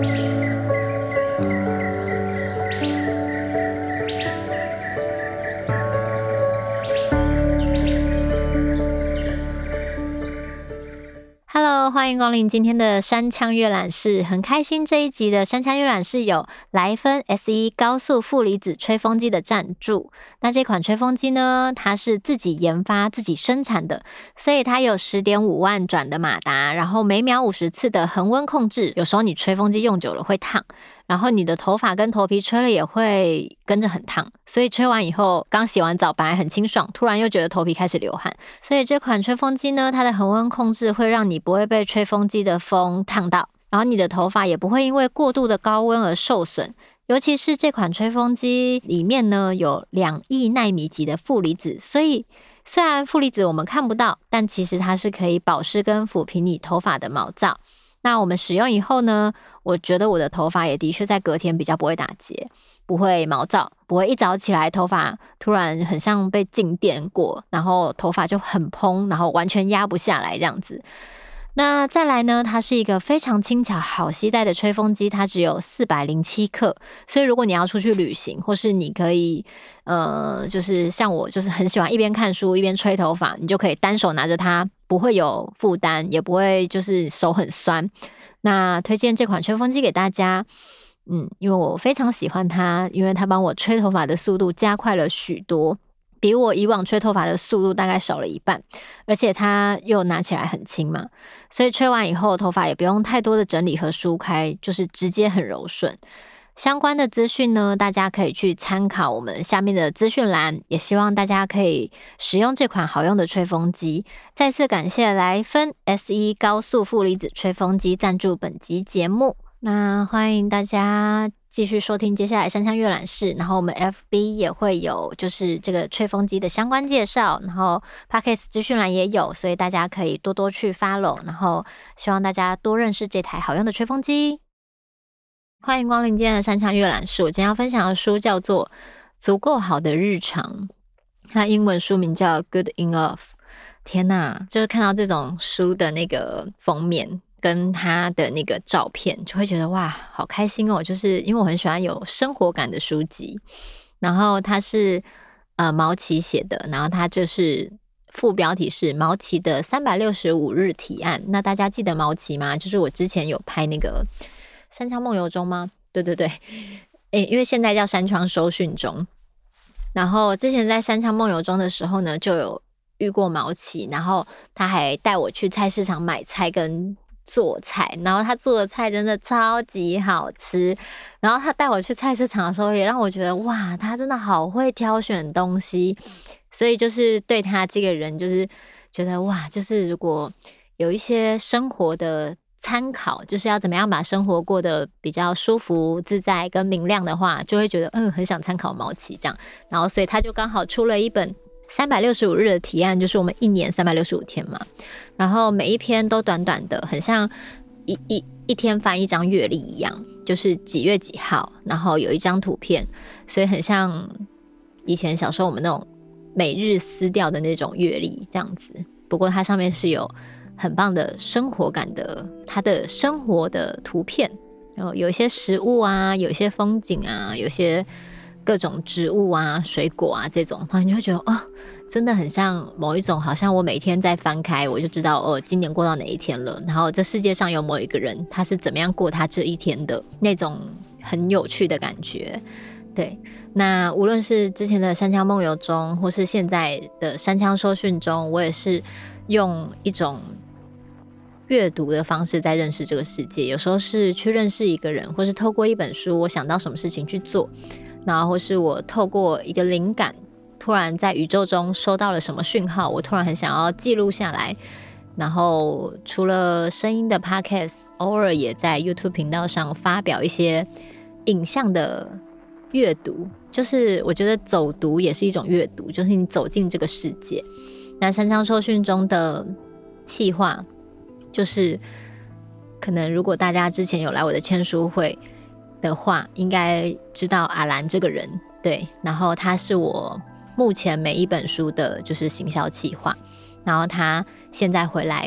Hello， 欢迎光临今天的山羌阅览室，很开心这一集的山羌阅览室有莱芬 S1 高速负离子吹风机的赞助。那这款吹风机呢，它是自己研发、自己生产的，所以它有 10.5 万转的马达，然后每秒50次的恒温控制。有时候你吹风机用久了会烫，然后你的头发跟头皮吹了也会跟着很烫，所以吹完以后刚洗完澡本来很清爽，突然又觉得头皮开始流汗。所以这款吹风机呢，它的恒温控制会让你不会被吹风机的风烫到，然后你的头发也不会因为过度的高温而受损。尤其是这款吹风机里面呢有2亿奈米级的负离子，所以虽然负离子我们看不到，但其实它是可以保湿跟抚平你头发的毛躁。那我们使用以后呢，我觉得我的头发也的确在隔天比较不会打结，不会毛躁，不会一早起来头发突然很像被静电过，然后头发就很蓬，然后完全压不下来这样子。那再来呢，它是一个非常轻巧好携带的吹风机，它只有407克，所以如果你要出去旅行，或是你可以就是像我就是很喜欢一边看书一边吹头发，你就可以单手拿着它，不会有负担，也不会就是手很酸。那推荐这款吹风机给大家，因为我非常喜欢它，因为它帮我吹头发的速度加快了许多，比我以往吹头发的速度大概少了一半，而且它又拿起来很轻嘛，所以吹完以后头发也不用太多的整理和梳开，就是直接很柔顺。相关的资讯呢，大家可以去参考我们下面的资讯栏，也希望大家可以使用这款好用的吹风机。再次感谢莱芬 S1 高速负离子吹风机赞助本集节目。那欢迎大家继续收听接下来山羌阅览室，然后我们 FB 也会有就是这个吹风机的相关介绍，然后 Podcast 资讯栏也有，所以大家可以多多去 follow， 然后希望大家多认识这台好用的吹风机。欢迎光临今天的山羌阅览室，我今天要分享的书叫做《足够好的日常》，它英文书名叫 Good Enough。 天哪，就是看到这种书的那个封面跟他的那个照片，就会觉得哇好开心哦，就是因为我很喜欢有生活感的书籍。然后它是毛奇写的，然后它就是副标题是毛奇的365日提案。那大家记得毛奇吗？就是我之前有拍那个山羌梦游中吗？对对对，因为现在叫山羌收讯中，然后之前在山羌梦游中的时候呢，就有遇过毛奇，然后他还带我去菜市场买菜跟做菜，然后他做的菜真的超级好吃。然后他带我去菜市场的时候，也让我觉得哇，他真的好会挑选东西。所以就是对他这个人，就是觉得哇，就是如果有一些生活的参考，就是要怎么样把生活过得比较舒服自在跟明亮的话，就会觉得很想参考毛奇这样。然后所以他就刚好出了一本365日的提案，就是我们一年365天嘛，然后每一篇都短短的，很像一天翻一张月历一样，就是几月几号，然后有一张图片，所以很像以前小时候我们那种每日撕掉的那种月历这样子。不过它上面是有很棒的生活感的，它的生活的图片，然后有一些食物啊，有一些风景啊，有一些各种植物啊水果啊这种，然后你就会觉得真的很像某一种，好像我每天在翻开我就知道今年过到哪一天了，然后这世界上有某一个人他是怎么样过他这一天的那种很有趣的感觉。对，那无论是之前的山羌梦游中或是现在的山羌收讯中，我也是用一种阅读的方式在认识这个世界。有时候是去认识一个人，或是透过一本书我想到什么事情去做，然后或是我透过一个灵感，突然在宇宙中收到了什么讯号，我突然很想要记录下来。然后除了声音的 podcast， 偶尔也在 YouTube 频道上发表一些影像的阅读，就是我觉得走读也是一种阅读，就是你走进这个世界。那山羌收讯中的企划，就是可能如果大家之前有来我的签书会的话，应该知道阿兰这个人。对，然后他是我目前每一本书的就是行销企划，然后他现在回来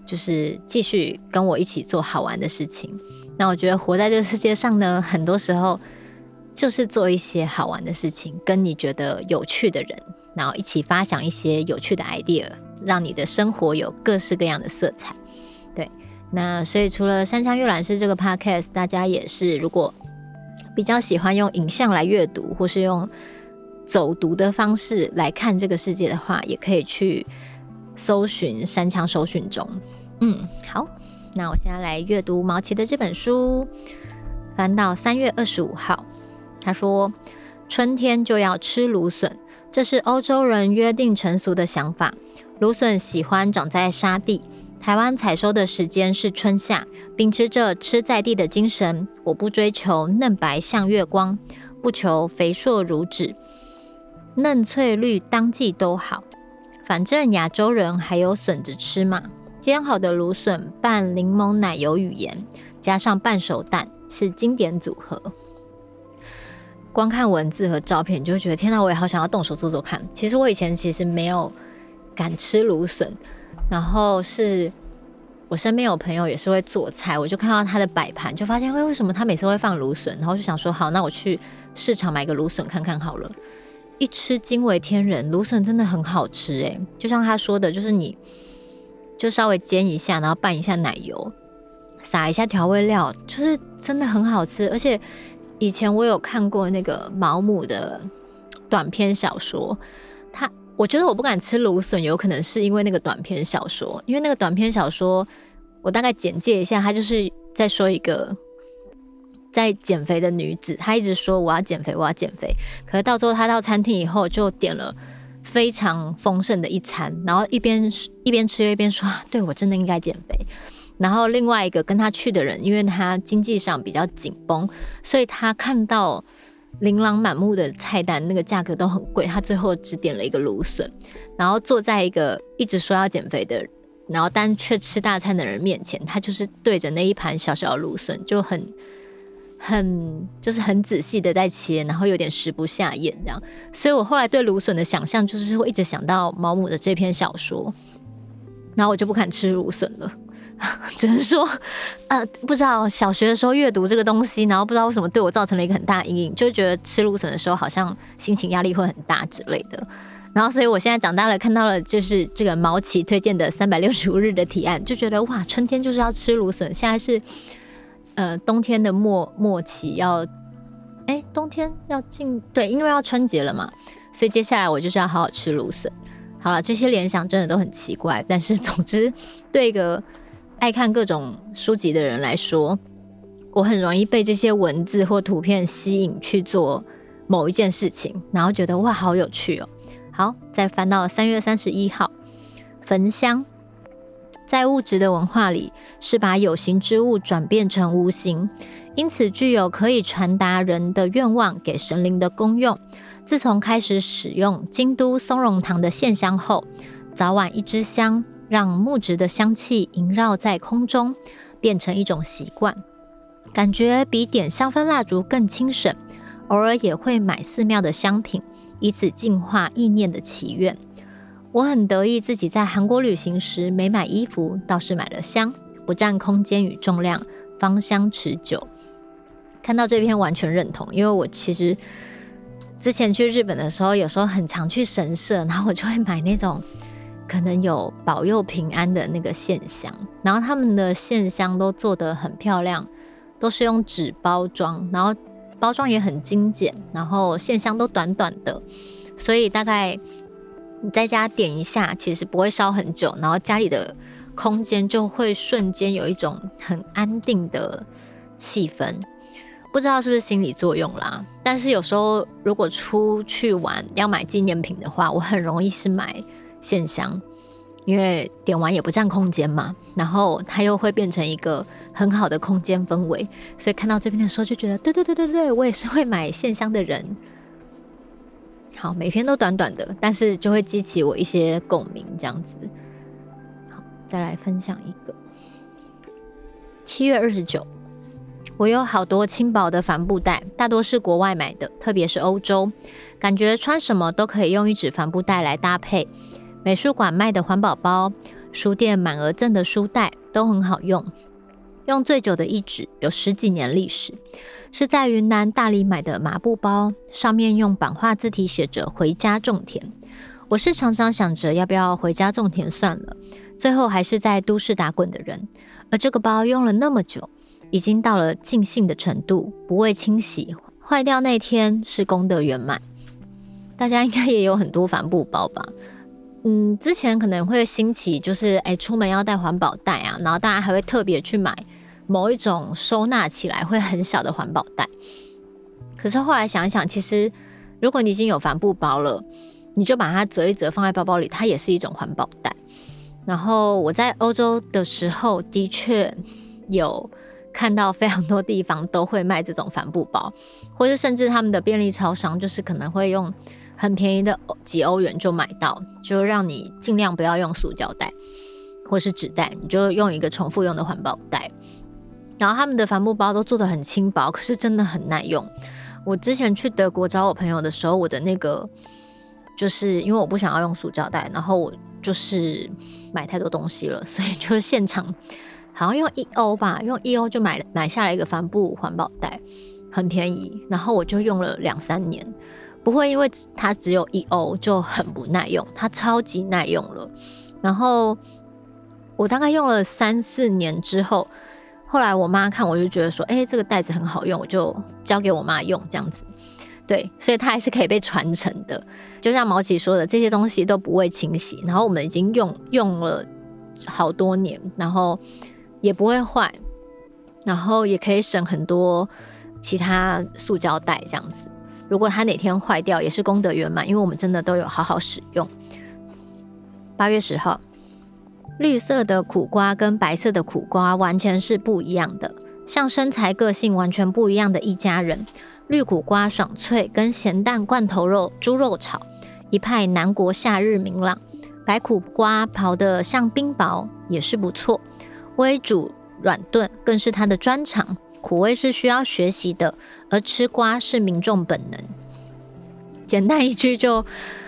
就是继续跟我一起做好玩的事情。那我觉得活在这个世界上呢，很多时候就是做一些好玩的事情，跟你觉得有趣的人，然后一起发想一些有趣的 idea， 让你的生活有各式各样的色彩。对，那所以除了山羌阅览室这个 podcast， 大家也是如果比较喜欢用影像来阅读，或是用走读的方式来看这个世界的话，也可以去搜寻山羌搜寻中。好，那我现在来阅读毛奇的这本书，翻到3月25号，他说春天就要吃芦笋，这是欧洲人约定成俗的想法。芦笋喜欢长在沙地，台湾采收的时间是春夏，秉持着吃在地的精神，我不追求嫩白像月光，不求肥硕如纸，嫩翠绿当季都好，反正亚洲人还有笋子吃嘛。煎好的芦笋拌柠檬奶油与盐，加上半熟蛋，是经典组合。光看文字和照片，你就会觉得天哪，我也好想要动手做做看。其实我以前没有敢吃芦笋，然后是我身边有朋友也是会做菜，我就看到他的摆盘，就发现为什么他每次会放芦笋，然后就想说好，那我去市场买个芦笋看看好了。一吃惊为天人，芦笋真的很好吃耶，就像他说的，就是你就稍微煎一下，然后拌一下奶油，撒一下调味料，就是真的很好吃。而且以前我有看过那个毛姆的短篇小说，我觉得我不敢吃芦笋，有可能是因为那个短篇小说，因为那个短篇小说我大概简介一下，他就是在说一个在减肥的女子，她一直说我要减肥我要减肥，可是到最后她到餐厅以后就点了非常丰盛的一餐，然后一边吃一边说对，我真的应该减肥。然后另外一个跟他去的人，因为他经济上比较紧绷，所以他看到琳琅满目的菜单，那个价格都很贵，他最后只点了一个芦笋，然后坐在一个一直说要减肥的，然后但却吃大餐的人面前，他就是对着那一盘小小的芦笋就就是很仔细的在切，然后有点食不下咽这样。所以我后来对芦笋的想象就是会一直想到毛姆的这篇小说，然后我就不敢吃芦笋了。只能说不知道小学的时候阅读这个东西，然后不知道为什么对我造成了一个很大的阴影，就觉得吃芦笋的时候好像心情压力会很大之类的。然后所以我现在长大了，看到了就是这个毛奇推荐的365日的提案，就觉得哇，春天就是要吃芦笋。现在是冬天的末期，冬天要进，对，因为要春节了嘛，所以接下来我就是要好好吃芦笋。好了，这些联想真的都很奇怪，但是总之对一个爱看各种书籍的人来说，我很容易被这些文字或图片吸引去做某一件事情，然后觉得哇好有趣哦。好，再翻到3月31号，焚香。在物质的文化里，是把有形之物转变成无形，因此具有可以传达人的愿望给神灵的功用。自从开始使用京都松茸堂的线香后，早晚一支香，让木质的香气萦绕在空中，变成一种习惯，感觉比点香氛蜡烛更轻省。偶尔也会买寺庙的香品，以此净化意念的祈愿。我很得意自己在韩国旅行时没买衣服，倒是买了香，不占空间与重量，芳香持久。看到这篇完全认同，因为我其实之前去日本的时候，有时候很常去神社，然后我就会买那种可能有保佑平安的那个线香，然后他们的线香都做得很漂亮，都是用纸包装，然后包装也很精简，然后线香都短短的，所以大概你在家点一下，其实不会烧很久，然后家里的空间就会瞬间有一种很安定的气氛。不知道是不是心理作用啦，但是有时候如果出去玩要买纪念品的话，我很容易是买线香，因为点完也不占空间嘛，然后它又会变成一个很好的空间氛围，所以看到这边的时候就觉得对，我也是会买线香的人。好，每篇都短短的，但是就会激起我一些共鸣这样子。好，再来分享一个7月29，我有好多轻薄的帆布袋，大多是国外买的，特别是欧洲，感觉穿什么都可以用一纸帆布袋来搭配。美术馆卖的环保包， 书店满额赠的书袋都很好用。用最久的一纸有10几年历史，是在云南大理买的麻布包，上面用版画字体写着回家种田。我是常常想着要不要回家种田算了，最后还是在都市打滚的人。而这个包用了那么久，已经到了尽兴的程度，不为清洗，坏掉那天是功德圆满。大家应该也有很多帆布包吧？之前可能会兴起，就是出门要带环保袋啊，然后大家还会特别去买某一种收纳起来会很小的环保袋。可是后来想一想，其实如果你已经有帆布包了，你就把它折一折放在包包里，它也是一种环保袋。然后我在欧洲的时候，的确有看到非常多地方都会卖这种帆布包，或是甚至他们的便利超商就是可能会用很便宜的几欧元就买到，就让你尽量不要用塑胶袋或是纸袋，你就用一个重复用的环保袋。然后他们的帆布包都做得很轻薄，可是真的很耐用。我之前去德国找我朋友的时候，我的那个就是因为我不想要用塑胶袋，然后我就是买太多东西了，所以就现场好像用1欧吧，用1欧就买下来一个帆布环保袋，很便宜，然后我就用了2-3年，不会因为它只有1欧就很不耐用，它超级耐用了。然后我大概用了3-4年之后，后来我妈看我就觉得说，这个袋子很好用，我就交给我妈用这样子。对，所以它还是可以被传承的。就像毛奇说的，这些东西都不会清洗，然后我们已经用了好多年，然后也不会坏，然后也可以省很多其他塑胶袋这样子。如果它哪天坏掉，也是功德圆满，因为我们真的都有好好使用。8月10号，绿色的苦瓜跟白色的苦瓜完全是不一样的，像身材个性完全不一样的一家人。绿苦瓜爽脆，跟咸蛋罐头肉、猪肉炒，一派南国夏日明朗。白苦瓜刨得像冰雹，也是不错。微煮软炖更是它的专长，苦味是需要学习的，而吃瓜是民众本能。简单一句就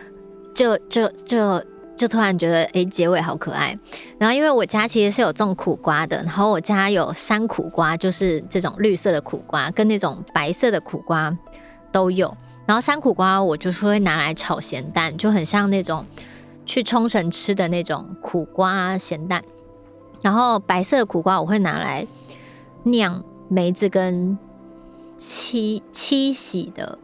突然觉得结尾好可爱。然后因为我家其实是有种苦瓜的，然后我家有山苦瓜，就是这种绿色的苦瓜跟那种白色的苦瓜都有。然后山苦瓜我就是会拿来炒咸蛋，就很像那种去冲绳吃的那种苦瓜咸蛋。然后白色的苦瓜我会拿来酿梅子跟七喜的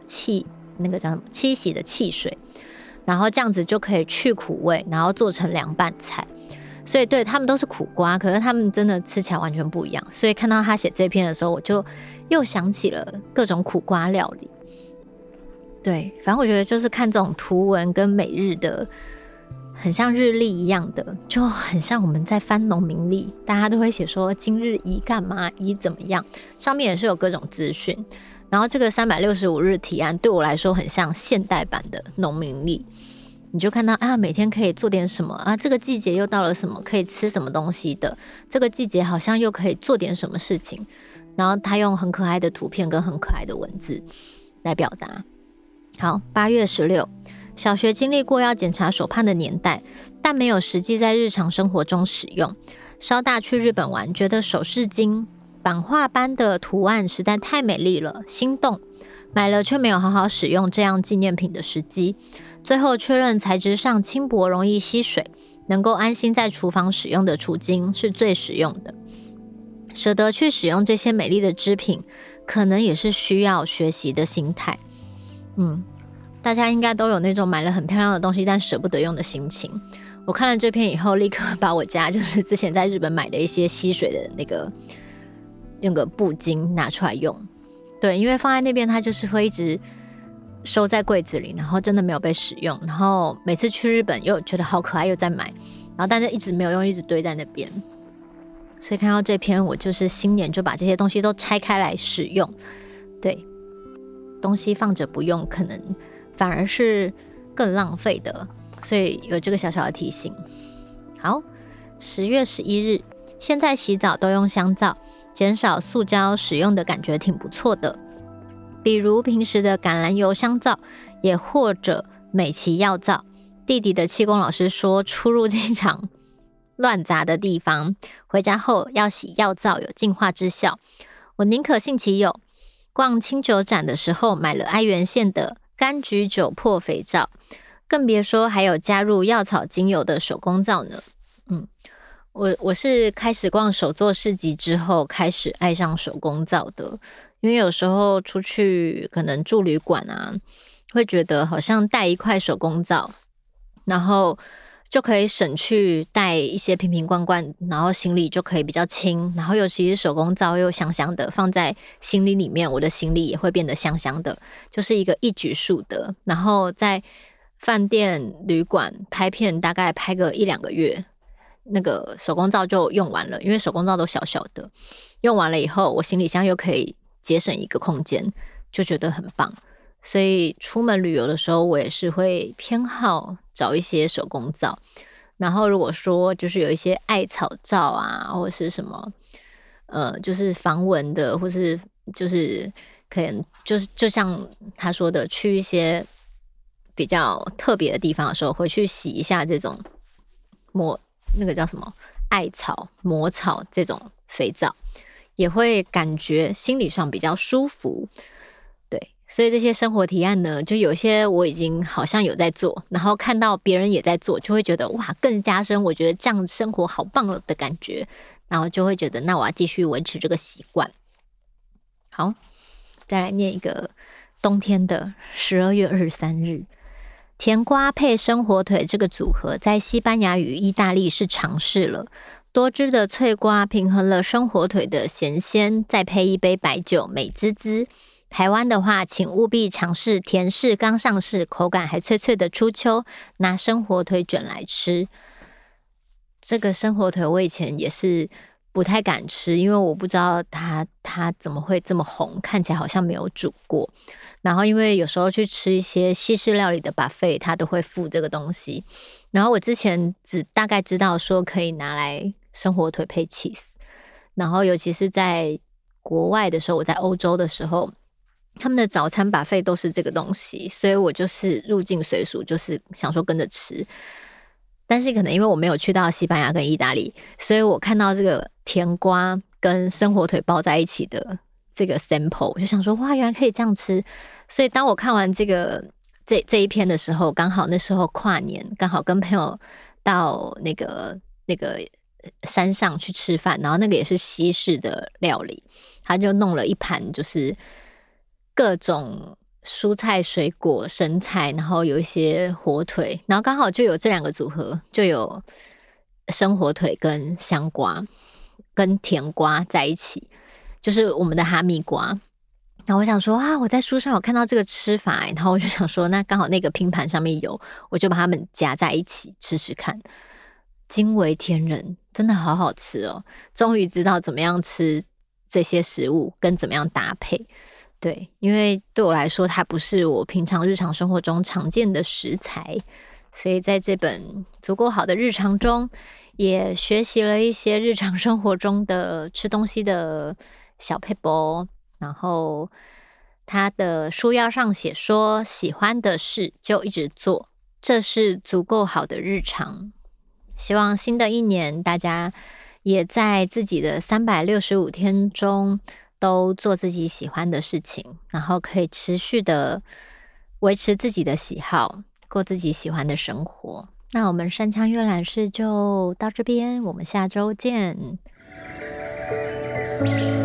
汽水，然后这样子就可以去苦味，然后做成凉拌菜。所以对，他们都是苦瓜，可是他们真的吃起来完全不一样。所以看到他写这篇的时候，我就又想起了各种苦瓜料理。对，反正我觉得就是看这种图文跟每日的很像日历一样的，就很像我们在翻农民历，大家都会写说今日宜干嘛，宜怎么样，上面也是有各种资讯。然后这个365日提案对我来说很像现代版的农民历，你就看到每天可以做点什么这个季节又到了什么可以吃什么东西的，这个季节好像又可以做点什么事情，然后他用很可爱的图片跟很可爱的文字来表达。好，8月16，小学经历过要检查手帕的年代，但没有实际在日常生活中使用。稍大去日本玩，觉得首饰巾版画般的图案实在太美丽了，心动，买了却没有好好使用这样纪念品的时机。最后确认材质上轻薄，容易吸水，能够安心在厨房使用的除巾是最实用的。舍得去使用这些美丽的织品，可能也是需要学习的心态。大家应该都有那种买了很漂亮的东西但舍不得用的心情。我看了这篇以后，立刻把我家就是之前在日本买的一些吸水的那个布巾拿出来用。对，因为放在那边它就是会一直收在柜子里，然后真的没有被使用，然后每次去日本又觉得好可爱又再买，然后但是一直没有用，一直堆在那边。所以看到这篇，我就是新年就把这些东西都拆开来使用。对，东西放着不用可能反而是更浪费的，所以有这个小小的提醒。好，10月11日，现在洗澡都用香皂，减少塑胶使用的感觉挺不错的。比如平时的橄榄油香皂，也或者美琪药皂。弟弟的气功老师说，出入经常乱杂的地方，回家后要洗药皂，有净化之效。我宁可信其有。逛清酒展的时候买了爱媛县的柑橘酒粕肥皂，更别说还有加入药草精油的手工皂呢。我是开始逛手作市集之后开始爱上手工皂的，因为有时候出去可能住旅馆啊，会觉得好像带一块手工皂，然后就可以省去带一些瓶瓶罐罐，然后行李就可以比较轻，然后尤其是手工皂又香香的，放在行李里面，我的行李也会变得香香的，就是一个一举数得。然后在饭店旅馆拍片，大概拍个1-2个月，那个手工皂就用完了，因为手工皂都小小的，用完了以后，我行李箱又可以节省一个空间，就觉得很棒。所以出门旅游的时候，我也是会偏好找一些手工皂。然后如果说就是有一些艾草皂啊，或是什么就是防蚊的，或是就是可能就像他说的，去一些比较特别的地方的时候，回去洗一下这种那个叫什么艾草、魔草这种肥皂，也会感觉心理上比较舒服。对，所以这些生活提案呢，就有些我已经好像有在做，然后看到别人也在做，就会觉得哇，更加深我觉得这样生活好棒了的感觉，然后就会觉得那我要继续维持这个习惯。好，再来念一个冬天的12月23日。甜瓜配生火腿这个组合在西班牙与意大利是尝试了，多汁的脆瓜平衡了生火腿的咸鲜，再配一杯白酒，美滋滋。台湾的话，请务必尝试甜柿刚上市，口感还脆脆的初秋，拿生火腿卷来吃。这个生火腿我以前也是不太敢吃，因为我不知道它怎么会这么红，看起来好像没有煮过。然后因为有时候去吃一些西式料理的 buffet， 它都会附这个东西。然后我之前只大概知道说可以拿来生火腿配 cheese， 然后尤其是在国外的时候，我在欧洲的时候，他们的早餐 buffet 都是这个东西，所以我就是入境随俗，就是想说跟着吃。但是可能因为我没有去到西班牙跟意大利，所以我看到这个甜瓜跟生火腿包在一起的这个 sample， 我就想说哇，原来可以这样吃。所以当我看完这一篇的时候，刚好那时候跨年，刚好跟朋友到那个山上去吃饭，然后那个也是西式的料理，他就弄了一盘就是各种蔬菜、水果、生菜，然后有一些火腿，然后刚好就有这2个组合，就有生火腿跟香瓜跟甜瓜在一起，就是我们的哈密瓜。然后我想说啊，我在书上有看到这个吃法，然后我就想说，那刚好那个拼盘上面有，我就把它们夹在一起吃吃看，惊为天人，真的好好吃哦！终于知道怎么样吃这些食物跟怎么样搭配。对，因为对我来说，它不是我平常日常生活中常见的食材，所以在这本足够好的日常中，也学习了一些日常生活中的吃东西的小撇步。然后他的书腰上写说，喜欢的事就一直做，这是足够好的日常。希望新的一年，大家也在自己的365天中都做自己喜欢的事情，然后可以持续的维持自己的喜好，过自己喜欢的生活。那我们山羌阅览室就到这边，我们下周见。